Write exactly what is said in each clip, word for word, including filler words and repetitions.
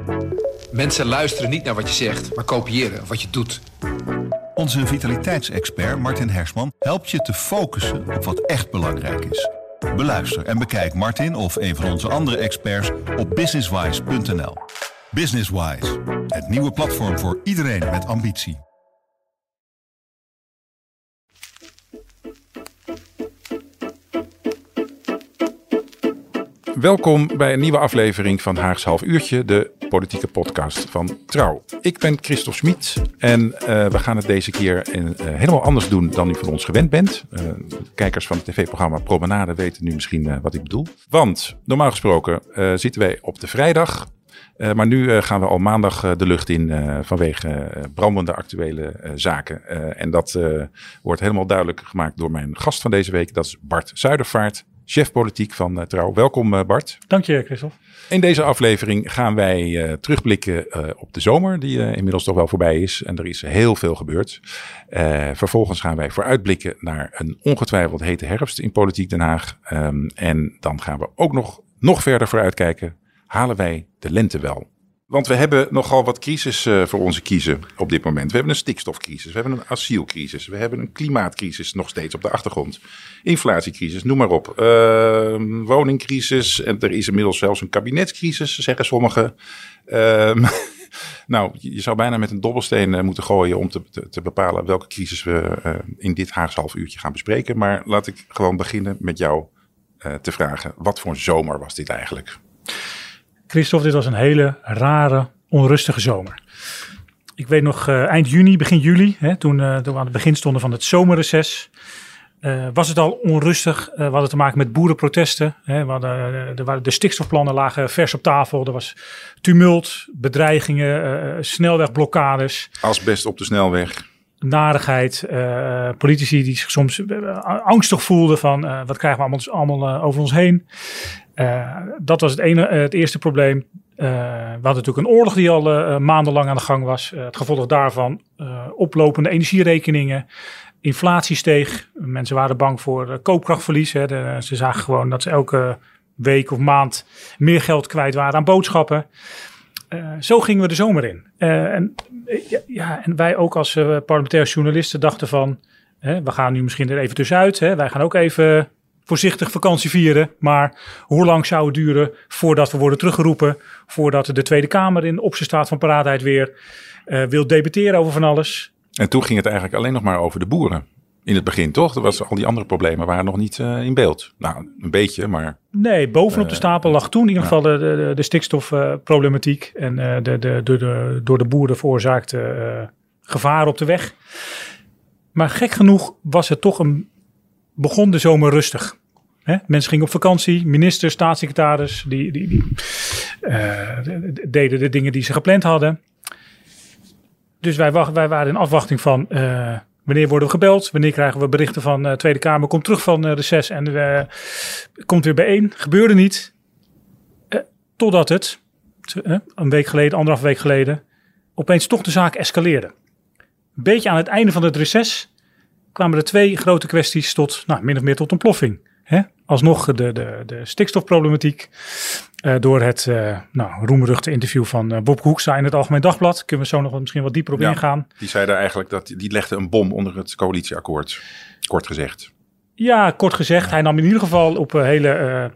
Mensen luisteren niet naar wat je zegt, maar kopiëren wat je doet. Onze vitaliteitsexpert Martin Hersman helpt je te focussen op wat echt belangrijk is. Beluister en bekijk Martin of een van onze andere experts op businesswise punt n l. Businesswise, het nieuwe platform voor iedereen met ambitie. Welkom bij een nieuwe aflevering van Haags Half Uurtje, de politieke podcast van Trouw. Ik ben Christophe Schmid en uh, we gaan het deze keer in, uh, helemaal anders doen dan u van ons gewend bent. Uh, kijkers van het tv-programma Promenade weten nu misschien uh, wat ik bedoel. Want normaal gesproken uh, zitten wij op de vrijdag. Uh, maar nu uh, gaan we al maandag uh, de lucht in uh, vanwege uh, brandende actuele uh, zaken. Uh, en dat uh, wordt helemaal duidelijk gemaakt door mijn gast van deze week. Dat is Bart Zuidervaart, chef politiek van uh, Trouw. Welkom uh, Bart. Dank je, Christophe. In deze aflevering gaan wij uh, terugblikken uh, op de zomer die uh, inmiddels toch wel voorbij is. En er is heel veel gebeurd. Uh, vervolgens gaan wij vooruitblikken naar een ongetwijfeld hete herfst in Politiek Den Haag. Um, en dan gaan we ook nog, nog verder vooruitkijken. Halen wij de lente wel? Want we hebben nogal wat crisis uh, voor onze kiezen op dit moment. We hebben een stikstofcrisis, we hebben een asielcrisis, we hebben een klimaatcrisis nog steeds op de achtergrond. Inflatiecrisis, noem maar op. Uh, woningcrisis en er is inmiddels zelfs een kabinetscrisis, zeggen sommigen. Uh, nou, je zou bijna met een dobbelsteen uh, moeten gooien om te, te, te bepalen welke crisis we uh, in dit Haags half uurtje gaan bespreken. Maar laat ik gewoon beginnen met jou uh, te vragen, wat voor een zomer was dit eigenlijk? Christophe, dit was een hele rare, onrustige zomer. Ik weet nog uh, eind juni, begin juli, hè, toen, uh, toen we aan het begin stonden van het zomerreces, uh, was het al onrustig. Uh, we hadden te maken met boerenprotesten. Hè. We hadden, uh, er waren, de stikstofplannen lagen vers op tafel. Er was tumult, bedreigingen, uh, snelwegblokkades. Asbest op de snelweg. Narigheid, uh, politici die zich soms uh, angstig voelden van uh, wat krijgen we allemaal, allemaal uh, over ons heen. Uh, dat was het, ene, uh, het eerste probleem. Uh, we hadden natuurlijk een oorlog die al uh, maandenlang aan de gang was. Uh, het gevolg daarvan uh, oplopende energierekeningen. Inflatie steeg. Mensen waren bang voor uh, koopkrachtverlies. Hè. De, ze zagen gewoon dat ze elke week of maand meer geld kwijt waren aan boodschappen. Uh, zo gingen we de zomer in. Uh, en, uh, ja, en wij ook als uh, parlementaire journalisten dachten van, hè, we gaan nu misschien er even tussenuit. Hè, wij gaan ook even voorzichtig vakantie vieren. Maar hoe lang zou het duren voordat we worden teruggeroepen? Voordat de Tweede Kamer in op zijn staat van paraatheid weer uh, wil debatteren over van alles. En toen ging het eigenlijk alleen nog maar over de boeren. In het begin, toch? Er was, al die andere problemen waren nog niet uh, in beeld. Nou, een beetje, maar... Nee, bovenop uh, de stapel lag toen in ieder geval de, de, de stikstofproblematiek. Uh, en uh, de, de, de, de, door de boeren veroorzaakte uh, gevaar op de weg. Maar gek genoeg was het toch een... begon de zomer rustig. Hè? Mensen gingen op vakantie, minister, staatssecretaris... die, die, die uh, deden de dingen die ze gepland hadden. Dus wij, wij waren in afwachting van... Uh, wanneer worden we gebeld? Wanneer krijgen we berichten van de uh, Tweede Kamer? Komt terug van uh, reces en uh, komt weer bijeen. Gebeurde niet. Uh, totdat het, uh, een week geleden, anderhalf week geleden... opeens toch de zaak escaleerde. Een beetje aan het einde van het reces... kwamen er twee grote kwesties tot, nou, min of meer tot ontploffing. Hè? Alsnog de, de, de stikstofproblematiek. Uh, door het uh, nou, roemruchte interview van uh, Bob Hoekstra in het Algemeen Dagblad. Kunnen we zo nog wat, misschien wat dieper op ja, ingaan. Die zei daar eigenlijk dat die legde een bom onder het coalitieakkoord. Kort gezegd. Ja, kort gezegd. Ja. Hij nam in ieder geval op een hele uh,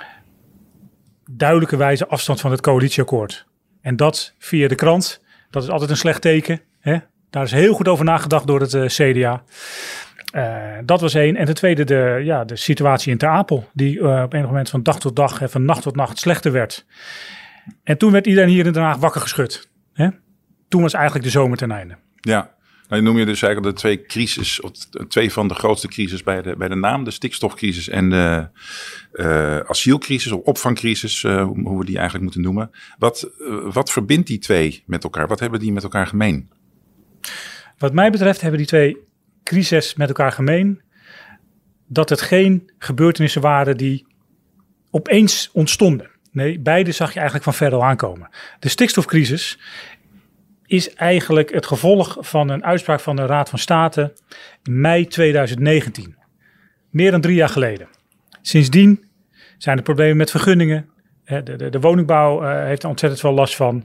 duidelijke wijze afstand van het coalitieakkoord. En dat via de krant. Dat is altijd een slecht teken. Hè? Daar is heel goed over nagedacht door het uh, C D A. Uh, dat was één. En ten tweede de, ja, de situatie in Ter Apel. Die uh, op enig moment van dag tot dag en van nacht tot nacht slechter werd. En toen werd iedereen hier in Den Haag wakker geschud. Hè? Toen was eigenlijk de zomer ten einde. Ja, nou, noem je dus eigenlijk de twee crisis, of twee van de grootste crisis bij de, bij de naam. De stikstofcrisis en de uh, asielcrisis of opvangcrisis, uh, hoe we die eigenlijk moeten noemen. Wat, uh, wat verbindt die twee met elkaar? Wat hebben die met elkaar gemeen? Wat mij betreft hebben die twee crises met elkaar gemeen dat het geen gebeurtenissen waren die opeens ontstonden. Nee, beide zag je eigenlijk van ver al aankomen. De stikstofcrisis is eigenlijk het gevolg van een uitspraak van de Raad van State in mei tweeduizend negentien. Meer dan drie jaar geleden. Sindsdien zijn er problemen met vergunningen, De, de, de woningbouw uh, heeft er ontzettend veel last van.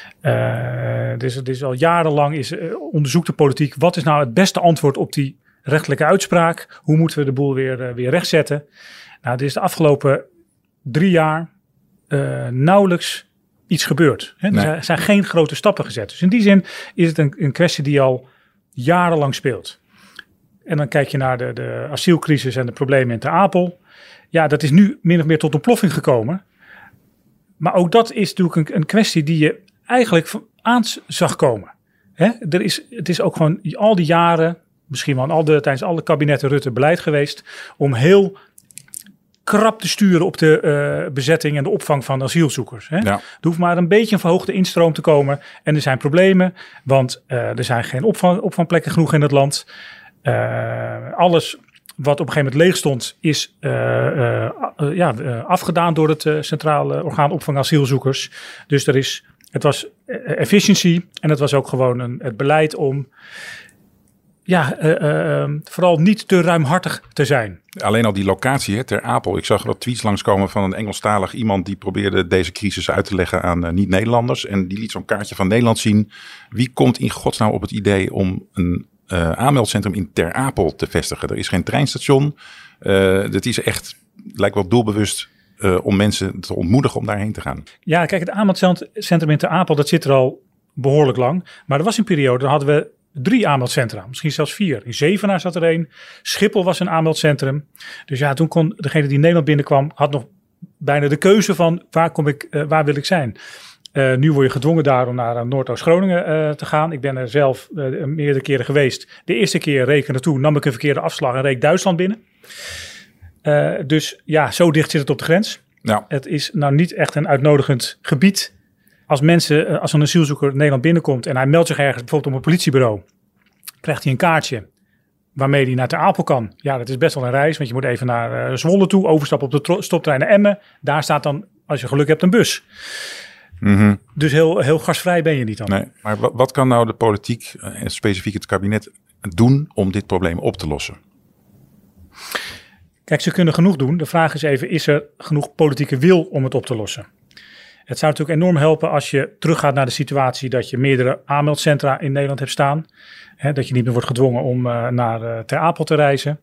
Uh, dus het is al jarenlang is, uh, onderzoekt de politiek. Wat is nou het beste antwoord op die rechtelijke uitspraak? Hoe moeten we de boel weer, uh, weer rechtzetten? Nou, er is de afgelopen drie jaar uh, nauwelijks iets gebeurd. Hè? Nee. Er zijn geen grote stappen gezet. Dus in die zin is het een, een kwestie die al jarenlang speelt. En dan kijk je naar de, de asielcrisis en de problemen in Ter Apel. Ja, dat is nu min of meer tot ontploffing gekomen. Maar ook dat is natuurlijk een, een kwestie die je eigenlijk aan zag komen. Hè? Er is, het is ook gewoon al die jaren, misschien wel al de, tijdens alle kabinetten Rutte beleid geweest, om heel krap te sturen op de uh, bezetting en de opvang van asielzoekers. Hè? Ja. Er hoeft maar een beetje een verhoogde instroom te komen. En er zijn problemen, want uh, er zijn geen opvang, opvangplekken genoeg in het land. Uh, alles wat op een gegeven moment leeg stond, is uh, uh, uh, ja, uh, afgedaan door het uh, Centrale Orgaan Opvang Asielzoekers. Dus er is, het was uh, efficiëntie en het was ook gewoon een, het beleid om ja, uh, uh, vooral niet te ruimhartig te zijn. Alleen al die locatie, hè, Ter Apel. Ik zag wat tweets langskomen van een Engelstalig iemand die probeerde deze crisis uit te leggen aan uh, niet-Nederlanders. En die liet zo'n kaartje van Nederland zien. Wie komt in godsnaam op het idee om een Uh, aanmeldcentrum in Ter Apel te vestigen? Er is geen treinstation. Uh, het is echt, lijkt wel doelbewust uh, om mensen te ontmoedigen om daarheen te gaan. Ja, kijk, het aanmeldcentrum in Ter Apel, dat zit er al behoorlijk lang. Maar er was een periode, dan hadden we drie aanmeldcentra, misschien zelfs vier. In Zevenaar zat er één. Schiphol was een aanmeldcentrum. Dus ja, toen kon degene die in Nederland binnenkwam, had nog bijna de keuze van waar kom ik, uh, waar wil ik zijn? Uh, nu word je gedwongen daarom naar uh, Noordoost-Groningen uh, te gaan. Ik ben er zelf uh, meerdere keren geweest. De eerste keer reed ik er naartoe, nam ik een verkeerde afslag en reed Duitsland binnen. Uh, dus ja, zo dicht zit het op de grens. Ja. Het is nou niet echt een uitnodigend gebied. Als mensen, uh, als een asielzoeker in Nederland binnenkomt en hij meldt zich ergens bijvoorbeeld op een politiebureau, krijgt hij een kaartje waarmee hij naar Ter Apel kan. Ja, dat is best wel een reis, want je moet even naar uh, Zwolle toe, overstappen op de tro- stoptrein naar Emmen. Daar staat dan, als je geluk hebt, een bus. Mm-hmm. Dus heel, heel gasvrij ben je niet dan. Nee, maar wat, wat kan nou de politiek en specifiek het kabinet doen om dit probleem op te lossen? Kijk, ze kunnen genoeg doen. De vraag is even, is er genoeg politieke wil om het op te lossen? Het zou natuurlijk enorm helpen als je teruggaat naar de situatie dat je meerdere aanmeldcentra in Nederland hebt staan. Hè, dat je niet meer wordt gedwongen om uh, naar uh, Ter Apel te reizen.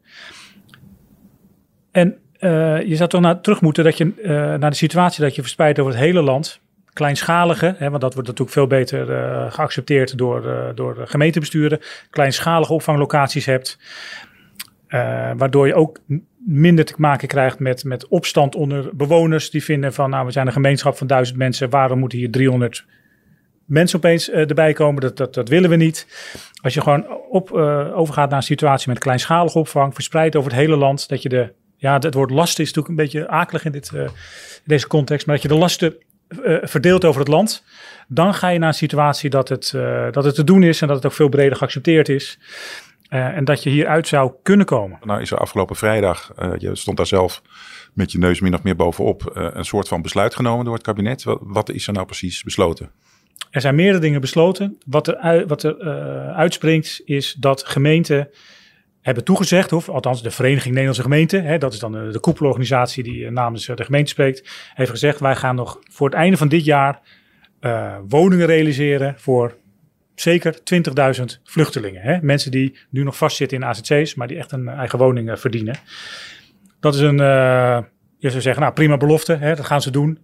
En uh, je zou toch naar terug moeten dat je uh, naar de situatie dat je verspreidt over het hele land, kleinschalige, hè, want dat wordt natuurlijk veel beter uh, geaccepteerd door, uh, door de gemeentebesturen, kleinschalige opvanglocaties hebt, uh, waardoor je ook minder te maken krijgt met, met opstand onder bewoners die vinden van, nou, we zijn een gemeenschap van duizend mensen, waarom moeten hier driehonderd mensen opeens uh, erbij komen? Dat, dat, dat willen we niet. Als je gewoon op, uh, overgaat naar een situatie met kleinschalige opvang, verspreid over het hele land, dat je de, ja, het woord lasten is natuurlijk een beetje akelig in, dit, uh, in deze context, maar dat je de lasten Uh, verdeeld over het land, dan ga je naar een situatie dat het, uh, dat het te doen is en dat het ook veel breder geaccepteerd is. Uh, en dat je hieruit zou kunnen komen. Nou is er afgelopen vrijdag, uh, je stond daar zelf met je neus min of meer bovenop, uh, een soort van besluit genomen door het kabinet. Wat, wat is er nou precies besloten? Er zijn meerdere dingen besloten. Wat er, wat er uh, uitspringt is dat gemeenten hebben toegezegd, of althans de Vereniging Nederlandse Gemeenten, hè, dat is dan de, de koepelorganisatie die uh, namens de gemeente spreekt, heeft gezegd, wij gaan nog voor het einde van dit jaar uh, woningen realiseren voor zeker twintigduizend vluchtelingen. Hè? Mensen die nu nog vastzitten in A Z C's, maar die echt een eigen woning uh, verdienen. Dat is een, uh, je zou zeggen, nou prima belofte, hè, dat gaan ze doen.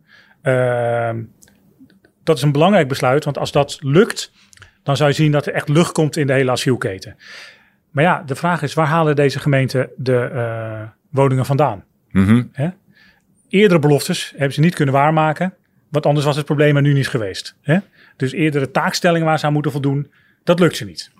Uh, dat is een belangrijk besluit, want als dat lukt, dan zou je zien dat er echt lucht komt in de hele asielketen. Maar ja, de vraag is, waar halen deze gemeenten de uh, woningen vandaan? Mm-hmm. Hè? Eerdere beloftes hebben ze niet kunnen waarmaken, want anders was het probleem er nu niet geweest. Hè? Dus eerdere taakstellingen waar ze aan moeten voldoen, dat lukt ze niet.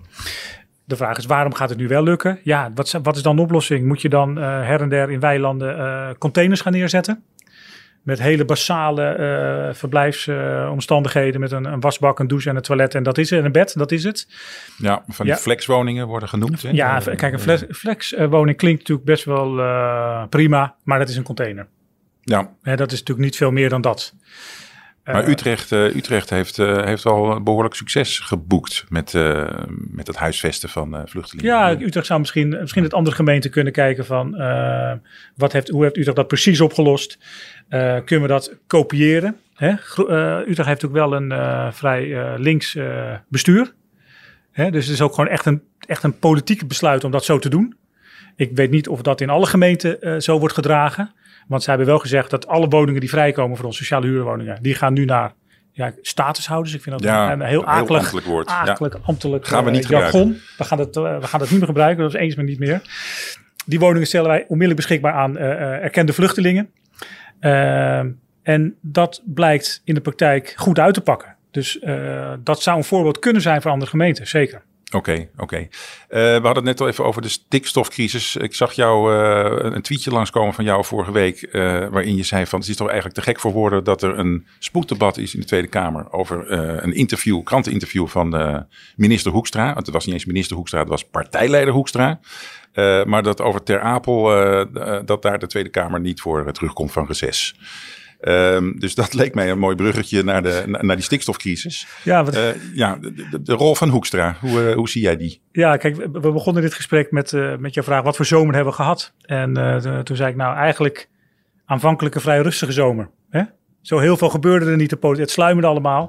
De vraag is, waarom gaat het nu wel lukken? Ja, wat, wat is dan de oplossing? Moet je dan uh, her en der in weilanden uh, containers gaan neerzetten? Met hele basale uh, verblijfsomstandigheden, uh, met een, een wasbak, een douche en een toilet en dat is het. En een bed, dat is het. Ja, van die ja. flexwoningen worden genoemd. Hè? Ja, uh, kijk, een flex, flexwoning klinkt natuurlijk best wel uh, prima, maar dat is een container. Ja. Hè, dat is natuurlijk niet veel meer dan dat. Maar Utrecht, uh, Utrecht heeft, uh, heeft al behoorlijk succes geboekt met, uh, met het huisvesten van uh, vluchtelingen. Ja, Utrecht zou misschien, misschien het andere gemeenten kunnen kijken van uh, wat heeft, hoe heeft Utrecht dat precies opgelost? Uh, kunnen we dat kopiëren? Hè? Uh, Utrecht heeft ook wel een uh, vrij uh, links uh, bestuur. Hè? Dus het is ook gewoon echt een, echt een politiek besluit om dat zo te doen. Ik weet niet of dat in alle gemeenten uh, zo wordt gedragen. Want zij hebben wel gezegd dat alle woningen die vrijkomen voor onze sociale huurwoningen, die gaan nu naar ja, statushouders. Ik vind dat ja, een, een heel akelig, heel ambtelijk woord. Akelig, ja. ambtelijk gaan we niet jargon. gebruiken. We gaan, het, uh, we gaan het niet meer gebruiken, dat is eens maar niet meer. Die woningen stellen wij onmiddellijk beschikbaar aan uh, uh, erkende vluchtelingen. Uh, en dat blijkt in de praktijk goed uit te pakken. Dus uh, dat zou een voorbeeld kunnen zijn voor andere gemeenten, zeker. Oké, okay, oké. Okay. Uh, we hadden het net al even over de stikstofcrisis. Ik zag jou uh, een tweetje langskomen van jou vorige week, uh, waarin je zei van het is toch eigenlijk te gek voor woorden dat er een spoeddebat is in de Tweede Kamer over uh, een interview, kranteninterview van uh, minister Hoekstra. Want het was niet eens minister Hoekstra, het was partijleider Hoekstra. Uh, maar dat over Ter Apel, uh, uh, dat daar de Tweede Kamer niet voor uh, terugkomt van reces. Um, dus dat leek mij een mooi bruggetje naar, de, naar die stikstofcrisis. Ja, wat... uh, ja de, de, de rol van Hoekstra, hoe, uh, hoe zie jij die? Ja, kijk, we, we begonnen dit gesprek met, uh, met jouw vraag, wat voor zomer hebben we gehad? En uh, t- toen zei ik nou eigenlijk aanvankelijk een vrij rustige zomer. Hè? Zo heel veel gebeurde er niet, de politiek, het sluimerde allemaal.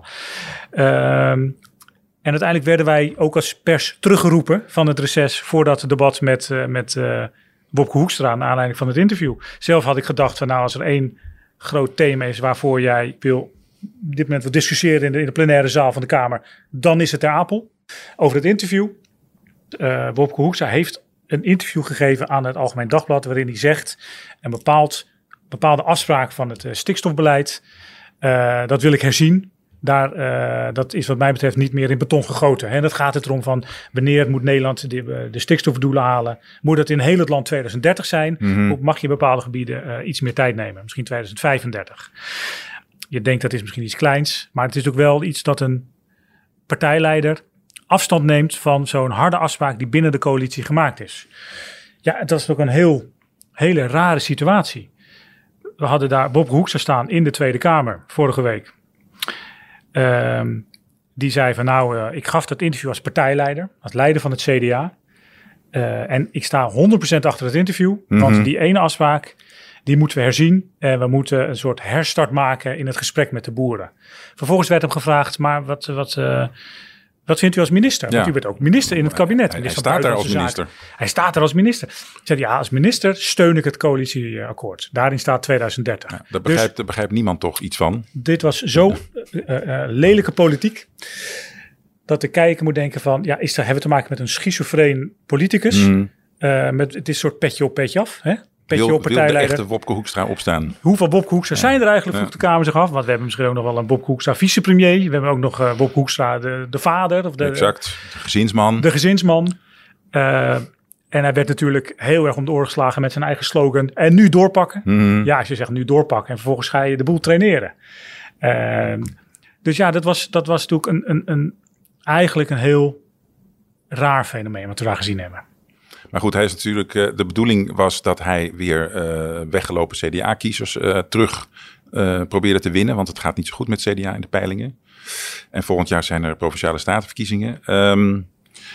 Um, en uiteindelijk werden wij ook als pers teruggeroepen van het reces voor dat debat met, uh, met uh, Wopke Hoekstra naar aanleiding van het interview. Zelf had ik gedacht van nou, als er één groot thema is waarvoor jij wil op dit moment wil discussiëren in de, in de plenaire zaal van de Kamer, dan is het Ter Apel. Over het interview. Uh, Wopke Hoekstra heeft een interview gegeven aan het Algemeen Dagblad waarin hij zegt een bepaald, bepaalde afspraak van het uh, stikstofbeleid, uh, dat wil ik herzien. Daar, uh, dat is wat mij betreft niet meer in beton gegoten. En dat gaat het erom van wanneer moet Nederland de, de stikstofdoelen halen. Moet dat in heel het land tweeduizend dertig zijn? Mm-hmm. Of mag je bepaalde gebieden uh, iets meer tijd nemen? Misschien tweeduizend vijfendertig. Je denkt dat is misschien iets kleins. Maar het is ook wel iets dat een partijleider afstand neemt van zo'n harde afspraak die binnen de coalitie gemaakt is. Ja, dat is ook een heel, hele rare situatie. We hadden daar Wopke Hoekstra staan in de Tweede Kamer vorige week. Um, die zei van nou, uh, ik gaf dat interview als partijleider, als leider van het C D A. Uh, en ik sta honderd procent achter het interview, mm-hmm. want die ene afspraak, die moeten we herzien. En we moeten een soort herstart maken in het gesprek met de boeren. Vervolgens werd hem gevraagd, maar wat, wat, uh, wat vindt u als minister? Ja. Want u bent ook minister in het kabinet. Hij, hij staat daar als minister. Hij staat daar als minister. Ik zei ja, als minister steun ik het coalitieakkoord. Daarin staat tweeduizend dertig. Ja, daar begrijpt, dus, daar begrijpt niemand toch iets van. Dit was zo uh, uh, lelijke politiek dat de kijker moet denken van, ja, is er, hebben we te maken met een schizofreen politicus? Mm. Uh, met het is een soort petje op, petje af, hè? Petje wil, op partijleider. Wil de echte Wopke Hoekstra opstaan? Hoeveel Wopke Hoekstra ja. zijn er eigenlijk, vroeg ja. de Kamer zich af? Want we hebben misschien ook nog wel een Wopke Hoekstra vicepremier. We hebben ook nog uh, Wopke Hoekstra de, de vader. Of de, exact, de gezinsman. De gezinsman. Uh, en hij werd natuurlijk heel erg om de oren geslagen met zijn eigen slogan. En nu doorpakken. Mm. Ja, als je zegt nu doorpakken en vervolgens ga je de boel traineren. Uh, dus ja, dat was, dat was natuurlijk een, een, een, eigenlijk een heel raar fenomeen wat we daar gezien hebben. Maar goed, hij is natuurlijk, uh, de bedoeling was dat hij weer uh, weggelopen C D A-kiezers uh, terug uh, probeerde te winnen. Want het gaat niet zo goed met C D A in de peilingen. En volgend jaar zijn er Provinciale Statenverkiezingen. Um,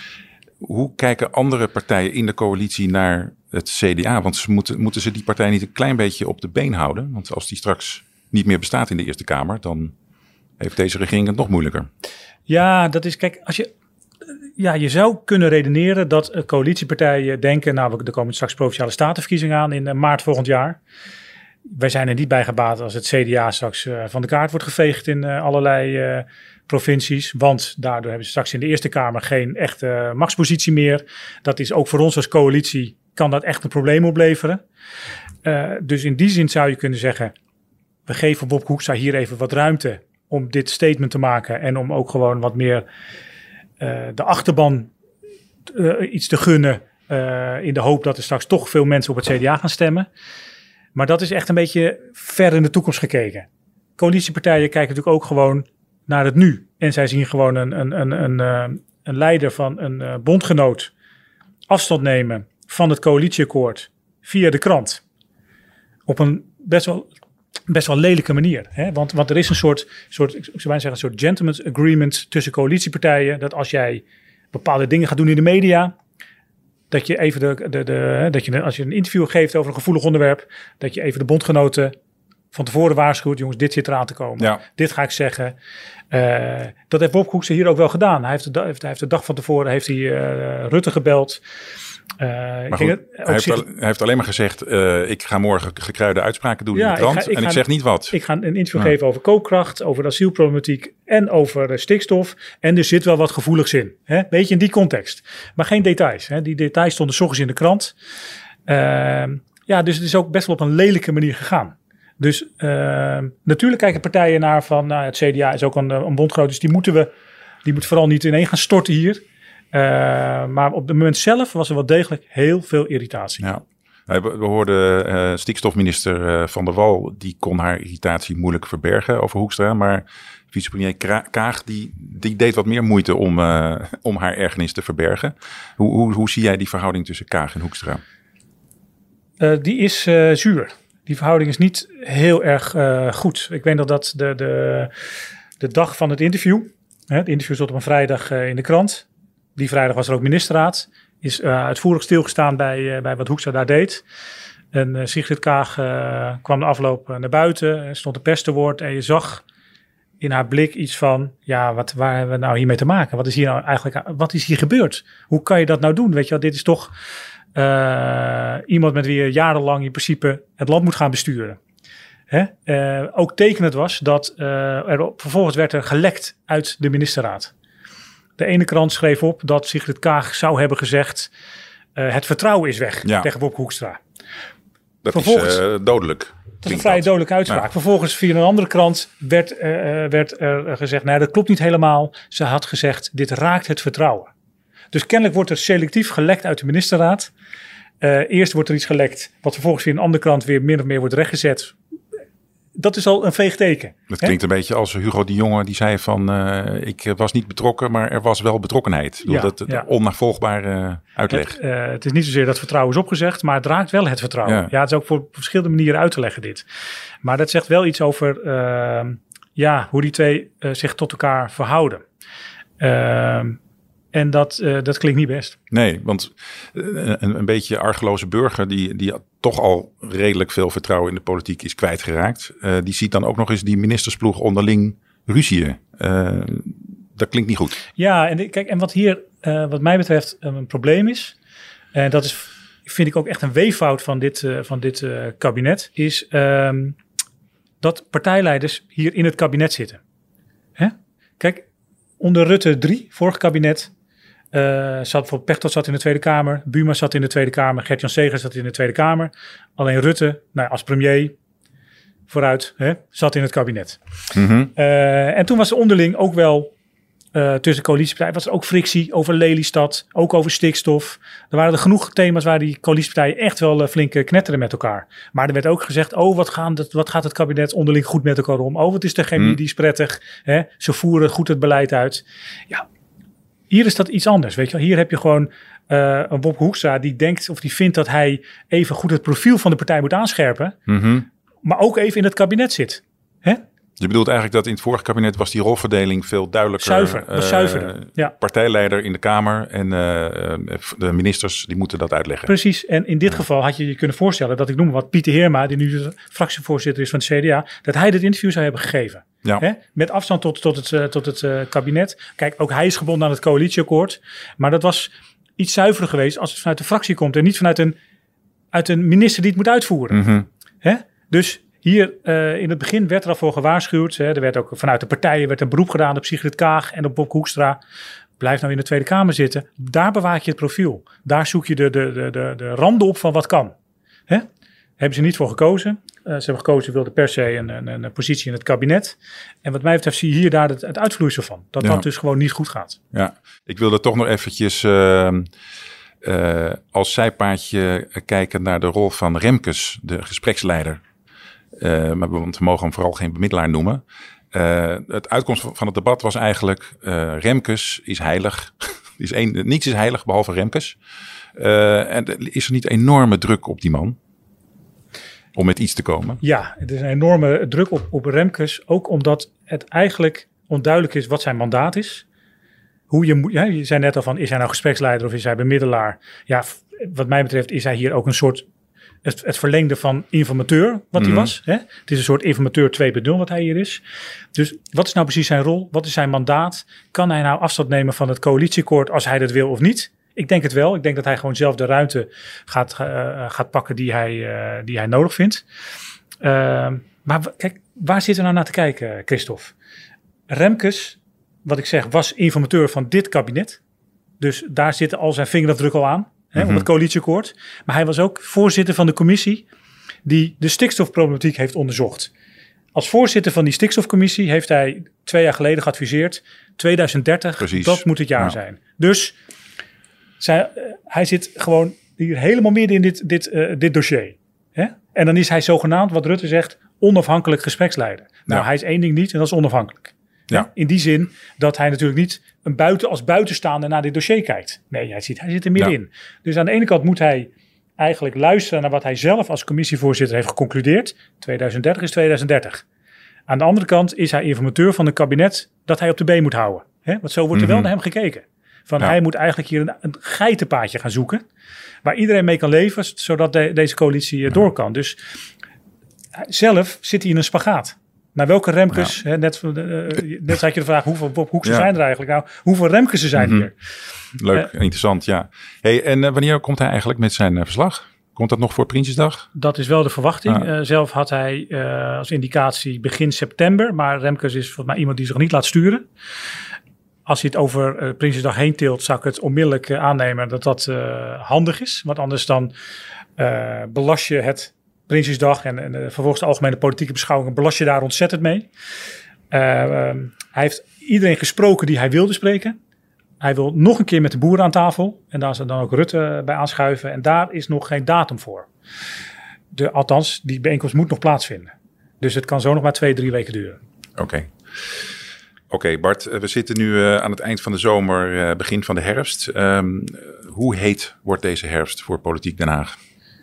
hoe kijken andere partijen in de coalitie naar het C D A? Want ze moeten, moeten ze die partij niet een klein beetje op de been houden? Want als die straks niet meer bestaat in de Eerste Kamer, dan heeft deze regering het nog moeilijker. Ja, dat is, kijk, als je... Ja, je zou kunnen redeneren dat coalitiepartijen denken, nou, er komen straks Provinciale Statenverkiezingen aan in maart volgend jaar. Wij zijn er niet bij gebaat als het C D A straks uh, van de kaart wordt geveegd in uh, allerlei uh, provincies. Want daardoor hebben ze straks in de Eerste Kamer geen echte uh, machtspositie meer. Dat is ook voor ons als coalitie, kan dat echt een probleem opleveren. Uh, dus in die zin zou je kunnen zeggen, we geven Wopke Hoekstra hier even wat ruimte om dit statement te maken. En om ook gewoon wat meer uh, de achterban uh, iets te gunnen. Uh, in de hoop dat er straks toch veel mensen op het C D A gaan stemmen. Maar dat is echt een beetje ver in de toekomst gekeken. Coalitiepartijen kijken natuurlijk ook gewoon naar het nu. En zij zien gewoon een, een, een, een, een leider van een bondgenoot afstand nemen van het coalitieakkoord via de krant. Op een best wel best wel lelijke manier. Hè? Want, want er is een soort, soort, ik zou bijna zeggen, een soort gentleman's agreement tussen coalitiepartijen. Dat als jij bepaalde dingen gaat doen in de media, dat je even de, de, de dat je als je een interview geeft over een gevoelig onderwerp, dat je even de bondgenoten van tevoren waarschuwt, jongens, dit zit eraan te komen. Ja. Dit ga ik zeggen. Uh, dat heeft Wopke Hoekstra hier ook wel gedaan. Hij heeft de, heeft, hij heeft de dag van tevoren heeft hij uh, Rutte gebeld. Uh, maar goed, het, hij, heeft zich... al, hij heeft alleen maar gezegd, uh, ik ga morgen gekruide uitspraken doen ja, in de krant. Ik ga, ik en ga, ik zeg niet wat. Ik ga een interview ja. geven over koopkracht, over de asielproblematiek en over uh, stikstof. En er zit wel wat gevoeligs in. Hè? Weet je, in die context. Maar geen details. Hè? Die details stonden 's ochtends in de krant. Uh, ja, dus het is ook best wel op een lelijke manier gegaan. Dus uh, natuurlijk kijken partijen naar van, nou, het C D A is ook een, een bondgenoot, dus die moeten we, die moet vooral niet ineen gaan storten hier. Uh, maar op het moment zelf was er wel degelijk heel veel irritatie. Ja. We, we hoorden uh, stikstofminister uh, Van der Wal, die kon haar irritatie moeilijk verbergen over Hoekstra. Maar vicepremier Kaag, die, die deed wat meer moeite om, uh, om haar ergernis te verbergen. Hoe, hoe, hoe zie jij die verhouding tussen Kaag en Hoekstra? Uh, die is uh, zuur. Die verhouding is niet heel erg uh, goed. Ik weet nog dat de, de, de dag van het interview, hè, het interview stond op een vrijdag uh, in de krant. Die vrijdag was er ook ministerraad. Is uh, uitvoerig stilgestaan bij, uh, bij wat Hoekstra daar deed. En uh, Sigrid Kaag uh, kwam de afloop uh, naar buiten. Er stond de pers te woord en je zag in haar blik iets van, ja, wat, waar hebben we nou hiermee te maken? Wat is hier nou eigenlijk, wat is hier gebeurd? Hoe kan je dat nou doen? Weet je wel, dit is toch uh, iemand met wie je jarenlang in principe het land moet gaan besturen. Hè? Uh, ook tekenend was dat uh, er vervolgens werd er gelekt uit de ministerraad. De ene krant schreef op dat Sigrid Kaag zou hebben gezegd, uh, het vertrouwen is weg ja. tegen Wopke Hoekstra. Dat vervolgens, is uh, dodelijk. Dat is een vrij dodelijke uitspraak. Ja. Vervolgens via een andere krant werd, uh, werd er gezegd, nee, dat klopt niet helemaal. Ze had gezegd, dit raakt het vertrouwen. Dus kennelijk wordt er selectief gelekt uit de ministerraad. Uh, eerst wordt er iets gelekt, wat vervolgens via een andere krant weer min of meer wordt rechtgezet. Dat is al een veeg teken. Het klinkt hè? een beetje als Hugo de Jonge die zei van, uh, ik was niet betrokken, maar er was wel betrokkenheid. Ik bedoel, ja, dat het ja. onnavolgbare uitleg. Het, uh, het is niet zozeer dat vertrouwen is opgezegd, maar het raakt wel het vertrouwen. Ja, ja het is ook voor verschillende manieren uit te leggen dit. Maar dat zegt wel iets over uh, ja, hoe die twee uh, zich tot elkaar verhouden. Uh, En dat, uh, dat klinkt niet best. Nee, want een, een beetje argeloze burger die, die toch al redelijk veel vertrouwen in de politiek is kwijtgeraakt. Uh, die ziet dan ook nog eens die ministersploeg onderling ruzieën. Uh, dat klinkt niet goed. Ja, en kijk, en wat hier uh, wat mij betreft een probleem is, en dat is, vind ik ook echt een weeffout van dit, uh, van dit uh, kabinet, is um, dat partijleiders hier in het kabinet zitten. Hè? Kijk, onder Rutte drie, vorig kabinet, Uh, zat bijvoorbeeld Pechtold zat in de Tweede Kamer, Buma zat in de Tweede Kamer, Gert-Jan Segers zat in de Tweede Kamer. Alleen Rutte, nou, als premier, vooruit, hè, zat in het kabinet. Mm-hmm. Uh, en toen was er onderling ook wel uh, tussen coalitiepartijen, was er ook frictie over Lelystad, ook over stikstof. Er waren er genoeg thema's waar die coalitiepartijen echt wel uh, flink knetteren met elkaar. Maar er werd ook gezegd, oh, wat, gaan het, wat gaat het kabinet onderling goed met elkaar om? Oh, wat is de chemie, mm. die is prettig. Hè? Ze voeren goed het beleid uit. Ja. Hier is dat iets anders, weet je wel. Hier heb je gewoon uh, een Wopke Hoekstra die denkt of die vindt dat hij even goed het profiel van de partij moet aanscherpen. Mm-hmm. Maar ook even in het kabinet zit. Hè? Je bedoelt eigenlijk dat in het vorige kabinet was die rolverdeling veel duidelijker. Zuiver, was zuiverder. Uh, ja. Partijleider in de Kamer en uh, de ministers die moeten dat uitleggen. Precies, en in dit ja. geval had je je kunnen voorstellen dat ik noem wat Pieter Heerma, die nu de fractievoorzitter is van het C D A, dat hij dit interview zou hebben gegeven. Ja. Hè? Met afstand tot, tot het, uh, tot het uh, kabinet. Kijk, ook hij is gebonden aan het coalitieakkoord. Maar dat was iets zuiverer geweest als het vanuit de fractie komt. En niet vanuit een, uit een minister die het moet uitvoeren. Mm-hmm. Hè? Dus hier uh, in het begin werd er al voor gewaarschuwd. Hè? Er werd ook vanuit de partijen werd een beroep gedaan op Sigrid Kaag en op Wopke Hoekstra. Blijf nou in de Tweede Kamer zitten. Daar bewaak je het profiel. Daar zoek je de, de, de, de, de randen op van wat kan. Hè? Hebben ze niet voor gekozen. Uh, ze hebben gekozen, wilden per se een, een, een positie in het kabinet. En wat mij betreft zie je hier daar het, het uitvloeisel van. Dat ja. dat dus gewoon niet goed gaat. Ja, ik wilde toch nog eventjes uh, uh, als zijpaadje kijken naar de rol van Remkes, de gespreksleider. Uh, maar, want we mogen hem vooral geen bemiddelaar noemen. Uh, het uitkomst van het debat was eigenlijk, uh, Remkes is heilig. is een, niets is heilig behalve Remkes. Uh, en is er niet enorme druk op die man? Om met iets te komen. Ja, er is een enorme druk op, op Remkes. Ook omdat het eigenlijk onduidelijk is wat zijn mandaat is. Hoe je moet, ja, je zei net al van, is hij nou gespreksleider of is hij bemiddelaar? Ja, wat mij betreft is hij hier ook een soort, het, het verlengde van informateur wat mm-hmm. hij was. Hè? Het is een soort informateur twee punt nul wat hij hier is. Dus wat is nou precies zijn rol? Wat is zijn mandaat? Kan hij nou afstand nemen van het coalitieakkoord als hij dat wil of niet? Ik denk het wel. Ik denk dat hij gewoon zelf de ruimte gaat, uh, gaat pakken die hij, uh, die hij nodig vindt. Uh, maar w- kijk, waar zitten we nou naar te kijken, Christophe? Remkes, wat ik zeg, was informateur van dit kabinet. Dus daar zitten al zijn vingerafdruk al aan. Hè, mm-hmm. Op het coalitieakkoord. Maar hij was ook voorzitter van de commissie die de stikstofproblematiek heeft onderzocht. Als voorzitter van die stikstofcommissie heeft hij twee jaar geleden geadviseerd. tweeduizend dertig, Precies. Dat moet het jaar nou. zijn. Dus zij, uh, hij zit gewoon hier helemaal midden in dit, dit, uh, dit dossier. Hè? En dan is hij zogenaamd, wat Rutte zegt, onafhankelijk gespreksleider. Nou, ja. Hij is één ding niet en dat is onafhankelijk. Ja. In die zin dat hij natuurlijk niet een buiten, als buitenstaander naar dit dossier kijkt. Nee, hij zit, hij zit er middenin. Ja. Dus aan de ene kant moet hij eigenlijk luisteren naar wat hij zelf als commissievoorzitter heeft geconcludeerd. tweeduizend dertig is tweeduizend dertig. Aan de andere kant is hij informateur van een kabinet dat hij op de been moet houden. Hè? Want zo wordt er mm-hmm. wel naar hem gekeken. Van ja. Hij moet eigenlijk hier een, een geitenpaadje gaan zoeken. Waar iedereen mee kan leven, zodat de, deze coalitie ja. door kan. Dus zelf zit hij in een spagaat. Naar welke Remkes, ja. hè, net, uh, net had je de vraag, hoeveel Bob Hoekse ja. zijn er eigenlijk? Nou, hoeveel Remkes er zijn mm-hmm. hier? Leuk, uh, interessant, ja. Hey, en uh, wanneer komt hij eigenlijk met zijn uh, verslag? Komt dat nog voor Prinsjesdag? Dat is wel de verwachting. Ah. Uh, zelf had hij uh, als indicatie begin september. Maar Remkes is volgens mij iemand die zich niet laat sturen. Als hij het over uh, Prinsjesdag heen tilt, zou ik het onmiddellijk uh, aannemen dat dat uh, handig is. Want anders dan uh, belast je het Prinsjesdag en, en uh, vervolgens de algemene politieke beschouwingen belast je daar ontzettend mee. Uh, uh, hij heeft iedereen gesproken die hij wilde spreken. Hij wil nog een keer met de boeren aan tafel. En daar zal dan ook Rutte bij aanschuiven. En daar is nog geen datum voor. De, althans, die bijeenkomst moet nog plaatsvinden. Dus het kan zo nog maar twee, drie weken duren. Oké. Okay. Oké okay, Bart, we zitten nu uh, aan het eind van de zomer, uh, begin van de herfst. Um, hoe heet wordt deze herfst voor Politiek Den Haag?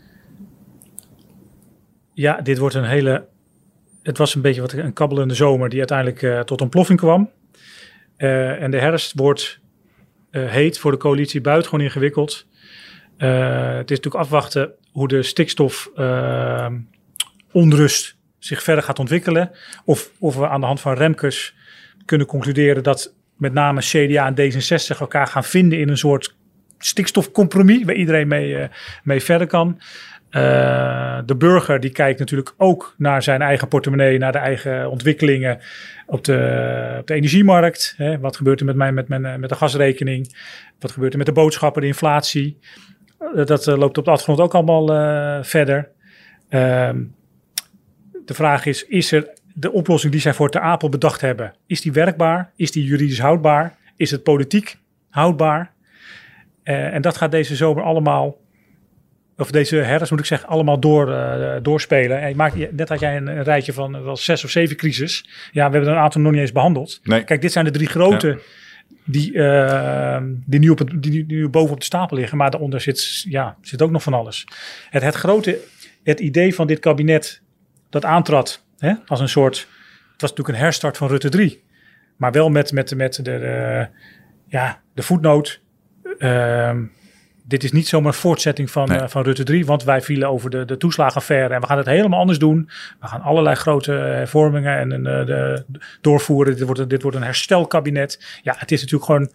Ja, dit wordt een hele... Het was een beetje wat een kabbelende zomer die uiteindelijk uh, tot ontploffing kwam. Uh, en de herfst wordt uh, heet voor de coalitie buitengewoon ingewikkeld. Uh, het is natuurlijk afwachten hoe de stikstof uh, onrust zich verder gaat ontwikkelen. Of, of we aan de hand van Remkes kunnen concluderen dat met name C D A en D zesenzestig elkaar gaan vinden in een soort stikstofcompromis waar iedereen mee, uh, mee verder kan. Uh, de burger die kijkt natuurlijk ook naar zijn eigen portemonnee, naar de eigen ontwikkelingen op de, op de energiemarkt. Hè? Wat gebeurt er met, mij, met, mijn, met de gasrekening? Wat gebeurt er met de boodschappen, de inflatie? Uh, dat uh, loopt op de achtergrond ook allemaal uh, verder. Uh, de vraag is, is er de oplossing die zij voor Ter Apel bedacht hebben, is die werkbaar? Is die juridisch houdbaar? Is het politiek houdbaar? Uh, en dat gaat deze zomer allemaal... Of deze herfst moet ik zeggen, allemaal door, uh, doorspelen. En je maakt, net had jij een, een rijtje van uh, wel zes of zeven crisis. Ja, we hebben er een aantal nog niet eens behandeld. Nee. Kijk, dit zijn de drie grote ja. die, uh, die, nu op het, die, die nu boven op de stapel liggen. Maar daaronder zit, ja, zit ook nog van alles. Het, het grote, het idee van dit kabinet dat aantrad hè, als een soort... Het was natuurlijk een herstart van Rutte drie. Maar wel met, met, met de, de, ja, de voetnoot... Uh, Dit is niet zomaar een voortzetting van, nee. uh, van Rutte drie, want wij vielen over de, de toeslagenaffaire en we gaan het helemaal anders doen. We gaan allerlei grote hervormingen en, en uh, de, doorvoeren. Dit wordt, dit wordt een herstelkabinet. Ja, het is natuurlijk gewoon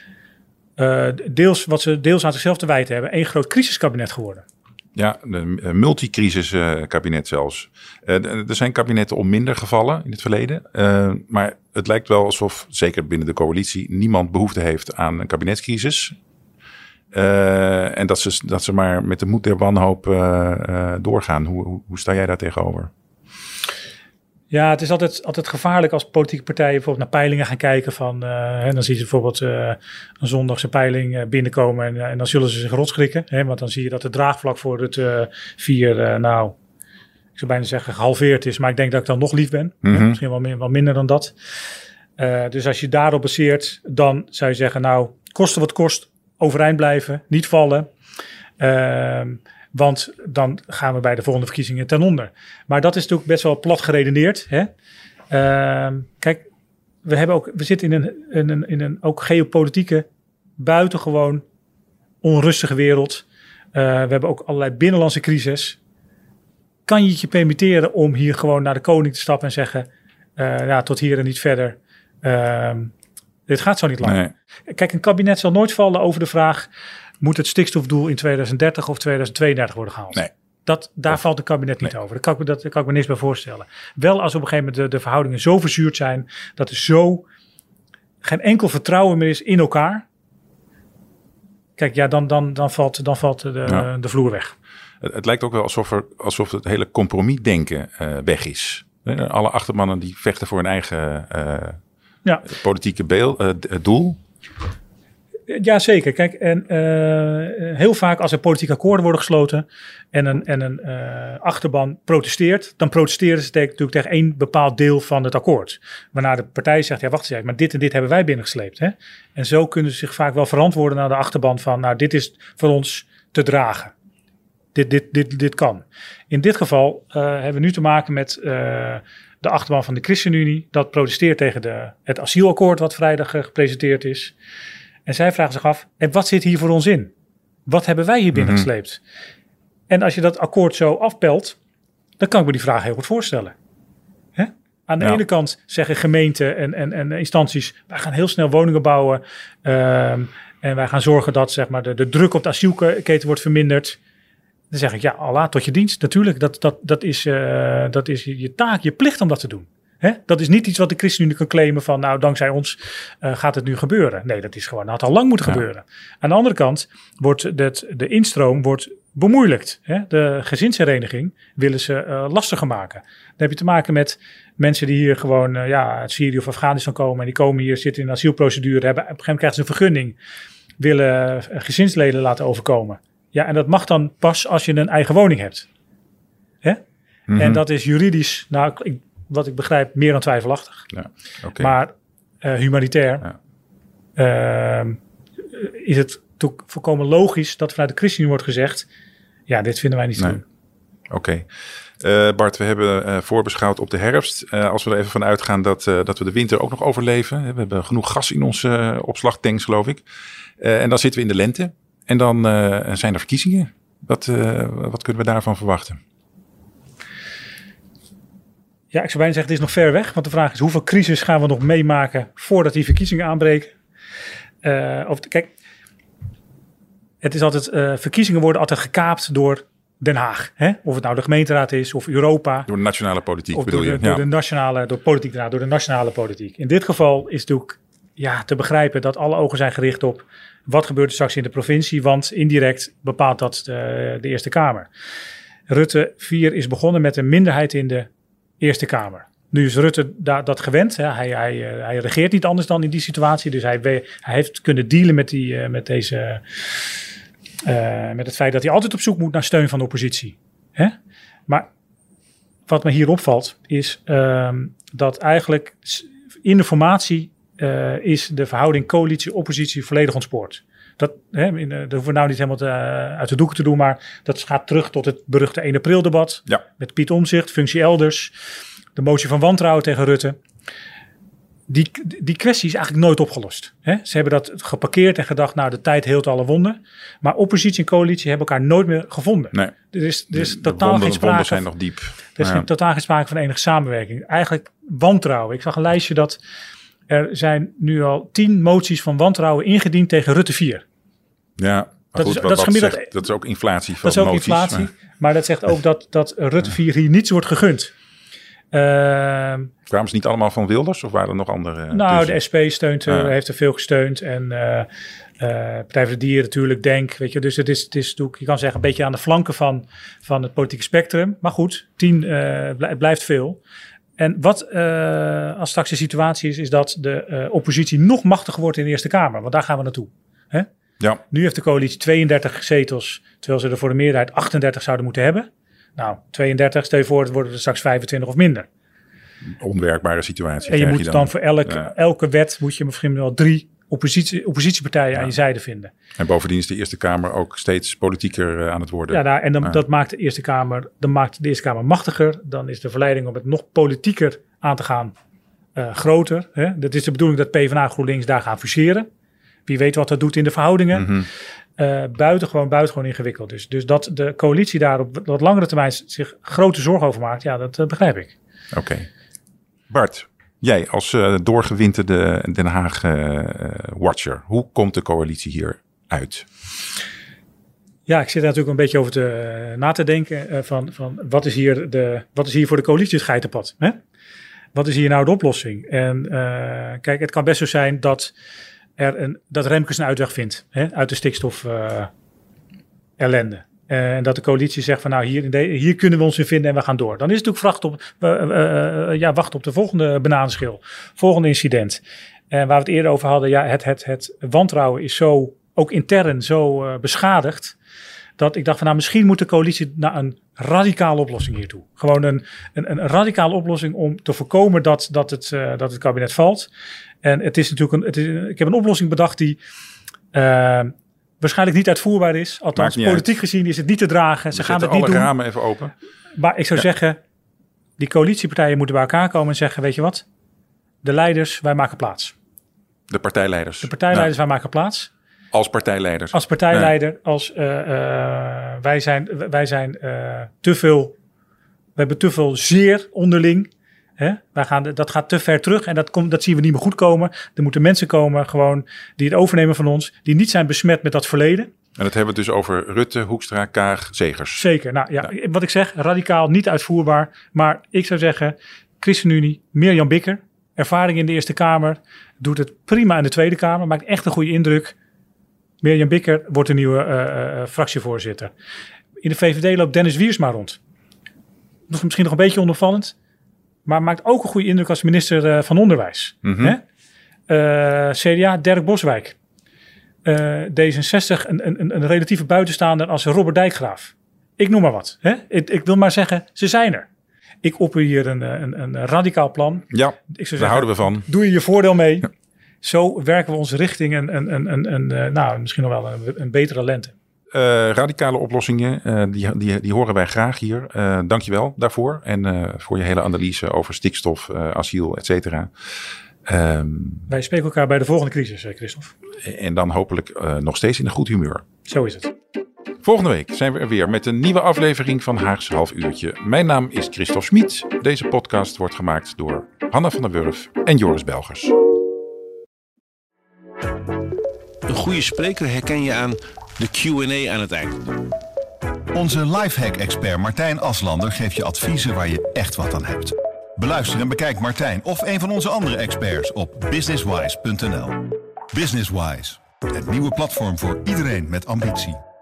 uh, deels wat ze deels aan zichzelf te wijten hebben. Eén groot crisiskabinet geworden. Ja, een uh, multicrisiskabinet uh, zelfs. Uh, er zijn kabinetten om minder gevallen in het verleden. Uh, maar het lijkt wel alsof, zeker binnen de coalitie, niemand behoefte heeft aan een kabinetscrisis. Uh, en dat ze, dat ze maar met de moed der wanhoop uh, uh, doorgaan. Hoe, hoe, hoe sta jij daar tegenover? Ja, het is altijd, altijd gevaarlijk als politieke partijen bijvoorbeeld naar peilingen gaan kijken. Van, uh, en dan zie je bijvoorbeeld uh, een zondagse peiling uh, binnenkomen en, uh, en dan zullen ze zich rotschrikken. Hè, want dan zie je dat het draagvlak voor het uh, vier, uh, nou, ik zou bijna zeggen gehalveerd is. Maar ik denk dat ik dan nog lief ben. Mm-hmm. Ja, misschien wel, meer, wel minder dan dat. Uh, dus als je daarop baseert, dan zou je zeggen, nou, koste wat kost. Overeind blijven, niet vallen. Uh, Want dan gaan we bij de volgende verkiezingen ten onder. Maar dat is natuurlijk best wel plat geredeneerd. Hè? Uh, kijk, we, hebben ook, we zitten in een, in een, in een ook geopolitieke, buitengewoon onrustige wereld. Uh, we hebben ook allerlei binnenlandse crisis. Kan je het je permitteren om hier gewoon naar de koning te stappen en zeggen, uh, ja, tot hier en niet verder. Uh, dit gaat zo niet lang. Nee. Kijk, een kabinet zal nooit vallen over de vraag, moet het stikstofdoel in tweeduizend dertig of tweeduizend tweeëndertig worden gehaald? Nee. Dat, daar of, valt het kabinet niet nee. over. Daar kan, ik, dat, daar kan ik me niks bij voorstellen. Wel als op een gegeven moment de, de verhoudingen zo verzuurd zijn, dat er zo geen enkel vertrouwen meer is in elkaar. Kijk, ja, dan, dan, dan valt, dan valt de, ja. de vloer weg. Het, het lijkt ook wel alsof, er, alsof het hele compromisdenken uh, weg is. Alle achtermannen die vechten voor hun eigen uh, ja. politieke beel, uh, doel. Ja, zeker. Kijk, en uh, heel vaak als er politieke akkoorden worden gesloten en een, en een uh, achterban protesteert, dan protesteren ze tegen, natuurlijk tegen één bepaald deel van het akkoord. Waarna de partij zegt, ja wacht eens even, maar dit en dit hebben wij binnengesleept. Hè? En zo kunnen ze zich vaak wel verantwoorden naar de achterban van, nou dit is voor ons te dragen. Dit, dit, dit, dit kan. In dit geval uh, hebben we nu te maken met uh, de achterban van de ChristenUnie, dat protesteert tegen de, het asielakkoord wat vrijdag uh, gepresenteerd is. En zij vragen zich af, en wat zit hier voor ons in? Wat hebben wij hier binnengesleept? Mm-hmm. En als je dat akkoord zo afpelt, dan kan ik me die vraag heel goed voorstellen. Hè? Aan de ja. ene kant zeggen gemeenten en, en, en instanties, wij gaan heel snel woningen bouwen. Um, en wij gaan zorgen dat zeg maar, de, de druk op de asielketen wordt verminderd. Dan zeg ik, ja, Allah, tot je dienst. Natuurlijk, dat, dat, dat, is, uh, dat is je taak, je plicht om dat te doen. Hè? Dat is niet iets wat de ChristenUnie kan claimen van, nou, dankzij ons uh, gaat het nu gebeuren. Nee, dat is gewoon, dat had al lang moeten ja. gebeuren. Aan de andere kant wordt het, de instroom wordt bemoeilijkt. Hè? De gezinshereniging willen ze uh, lastiger maken. Dan heb je te maken met mensen die hier gewoon uh, ja, uit Syrië of Afghanistan komen. En die komen hier, zitten in een asielprocedure. Hebben, op een gegeven moment krijgen ze een vergunning. Willen uh, gezinsleden laten overkomen. Ja, en dat mag dan pas als je een eigen woning hebt. Hè? Mm-hmm. En dat is juridisch, nou, ik, wat ik begrijp, meer dan twijfelachtig. Ja, okay. Maar uh, humanitair ja. uh, is het toch volkomen logisch dat vanuit de ChristenUnie wordt gezegd, ja, dit vinden wij niet te nee. doen. Oké. Okay. Uh, Bart, we hebben uh, voorbeschouwd op de herfst. Uh, als we er even van uitgaan dat, uh, dat we de winter ook nog overleven. We hebben genoeg gas in onze uh, opslagtanks, geloof ik. Uh, en dan zitten we in de lente. En dan uh, zijn er verkiezingen. Wat, uh, wat kunnen we daarvan verwachten? Ja, ik zou bijna zeggen, het is nog ver weg. Want de vraag is, hoeveel crisis gaan we nog meemaken voordat die verkiezingen aanbreken? Uh, of, kijk, het is altijd, uh, verkiezingen worden altijd gekaapt door Den Haag. Hè? Of het nou de gemeenteraad is of Europa. Door de nationale politiek of bedoel door de, je? Door ja. de nationale, door politiek, door de nationale politiek. In dit geval is het natuurlijk ja, te begrijpen dat alle ogen zijn gericht op wat gebeurt er straks in de provincie. Want indirect bepaalt dat de, de Eerste Kamer. Rutte vier is begonnen met een minderheid in de Eerste Kamer. Nu is Rutte da- dat gewend. Hè. Hij, hij, hij regeert niet anders dan in die situatie. Dus hij, hij heeft kunnen dealen met, die, uh, met, deze, uh, met het feit dat hij altijd op zoek moet naar steun van de oppositie. Hè? Maar wat me hier opvalt is uh, dat eigenlijk in de formatie uh, is de verhouding coalitie-oppositie volledig ontspoord. Dat, hè, in, uh, dat hoeven we nou niet helemaal te, uh, uit de doeken te doen, maar dat gaat terug tot het beruchte één april debat. Ja. Met Piet Omtzigt, functie elders. De motie van wantrouwen tegen Rutte. Die, die kwestie is eigenlijk nooit opgelost. Hè? Ze hebben dat geparkeerd en gedacht, nou de tijd heelt alle wonden. Maar oppositie en coalitie hebben elkaar nooit meer gevonden. Nee. Er is, er is de, totaal de wonden, geen sprake zijn nog diep. Er is ja. geen, totaal geen sprake van enige samenwerking. Eigenlijk wantrouwen. Ik zag een lijstje dat er zijn nu al tien moties van wantrouwen ingediend tegen Rutte vier. Ja, dat, goed, is, wat, dat, is wat gemiddeld, zegt, dat is ook inflatie van dat is ook moties. Inflatie, maar. maar dat zegt ook dat, dat Rutte vier hier niets wordt gegund. Uh, Kwamen ze niet allemaal van Wilders of waren er nog andere? Nou, tussen? de S P steunt, uh, heeft er veel gesteund. En uh, uh, Partij voor de Dieren natuurlijk, Denk. Weet je, dus het is, het is je kan zeggen, een beetje aan de flanken van, van het politieke spectrum. Maar goed, tien uh, blijft veel. En wat uh, als straks de situatie is, is dat de uh, oppositie nog machtiger wordt in de Eerste Kamer. Want daar gaan we naartoe. Hè? Ja. Nu heeft de coalitie tweeëndertig zetels, terwijl ze er voor de meerderheid achtendertig zouden moeten hebben. Nou, tweeëndertig, stel je voor, het worden er straks vijfentwintig of minder. Onwerkbare situatie. En je moet je dan, dan voor elk, ja. elke wet, moet je misschien wel drie oppositie, oppositiepartijen ja. aan je zijde vinden. En bovendien is de Eerste Kamer ook steeds politieker uh, aan het worden. Ja, nou, en dan, ja. dat maakt de Eerste Kamer, dan maakt de Eerste Kamer machtiger. Dan is de verleiding om het nog politieker aan te gaan uh, groter. Hè? Dat is de bedoeling dat PvdA GroenLinks daar gaan fuseren. Wie weet wat dat doet in de verhoudingen. Mm-hmm. Uh, buitengewoon, buitengewoon ingewikkeld. Dus, dus dat de coalitie daar op wat langere termijn zich grote zorgen over maakt, ja, dat uh, begrijp ik. Oké. Okay. Bart, jij als uh, doorgewinterde Den Haag uh, watcher, hoe komt de coalitie hier uit? Ja, ik zit er natuurlijk een beetje over te, uh, na te denken uh, van, van wat, is hier de, wat is hier voor de coalitie het geitenpad? Hè? Wat is hier nou de oplossing? En uh, kijk, het kan best zo zijn dat er een, dat Remkes een uitweg vindt, hè, uit de stikstof uh, ellende. En dat de coalitie zegt van nou hier, in de, hier kunnen we ons in vinden en we gaan door. Dan is het natuurlijk wachten op, uh, uh, uh, ja, wachten op de volgende bananenschil. Volgende incident. En waar we het eerder over hadden, ja, het, het, het wantrouwen is zo, ook intern zo uh, beschadigd. Dat ik dacht van nou misschien moet de coalitie naar een radicale oplossing hiertoe. Gewoon een, een, een radicale oplossing om te voorkomen dat, dat, het, uh, dat het kabinet valt. En het is natuurlijk een, het is, ik heb een oplossing bedacht die uh, waarschijnlijk niet uitvoerbaar is. Althans, politiek uit. gezien is het niet te dragen. We Ze gaan het alle niet doen. ramen even open. Maar ik zou ja. zeggen, die coalitiepartijen moeten bij elkaar komen en zeggen, weet je wat? De leiders, wij maken plaats. De partijleiders. De partijleiders, ja. wij maken plaats. Als partijleiders. Als partijleider, ja. als uh, uh, wij zijn, wij zijn uh, te veel, we hebben te veel zeer onderling. Hè? Wij gaan, dat gaat te ver terug en dat, komt, dat zien we niet meer goed komen. Er moeten mensen komen gewoon die het overnemen van ons, die niet zijn besmet met dat verleden. En dat hebben we het dus over Rutte, Hoekstra, Kaag, Zegers. Zeker. Nou ja, ja, wat ik zeg, radicaal niet uitvoerbaar. Maar ik zou zeggen, ChristenUnie, Mirjam Bikker, ervaring in de Eerste Kamer, doet het prima in de Tweede Kamer, maakt echt een goede indruk. Mirjam Bikker wordt de nieuwe uh, uh, fractievoorzitter. In de V V D loopt Dennis Wiersma rond. Dat is misschien nog een beetje onopvallend. Maar maakt ook een goede indruk als minister uh, van Onderwijs. Mm-hmm. Hè? Uh, C D A, Dirk Boswijk. Uh, D zesenzestig, een, een, een relatieve buitenstaander als Robert Dijkgraaf. Ik noem maar wat. Hè? Ik, ik wil maar zeggen, ze zijn er. Ik opper hier een, een, een radicaal plan. Ja, ik zou zeggen, daar houden we van. Doe je je voordeel mee. Ja. Zo werken we ons richting een, een, een, een, een, een nou, misschien nog wel een, een betere lente. Uh, radicale oplossingen, uh, die, die, die horen wij graag hier. Uh, Dank je wel daarvoor. En uh, voor je hele analyse over stikstof, uh, asiel, et cetera. Um, wij spreken elkaar bij de volgende crisis, Christophe. En dan hopelijk uh, nog steeds in een goed humeur. Zo is het. Volgende week zijn we er weer met een nieuwe aflevering van Haags Half Uurtje. Mijn naam is Christophe Schmid. Deze podcast wordt gemaakt door Hanna van der Wurf en Joris Belgers. Een goede spreker herken je aan de Q en A aan het eind. Onze lifehack-expert Martijn Aslander geeft je adviezen waar je echt wat aan hebt. Beluister en bekijk Martijn of een van onze andere experts op businesswise punt n l. Businesswise, het nieuwe platform voor iedereen met ambitie.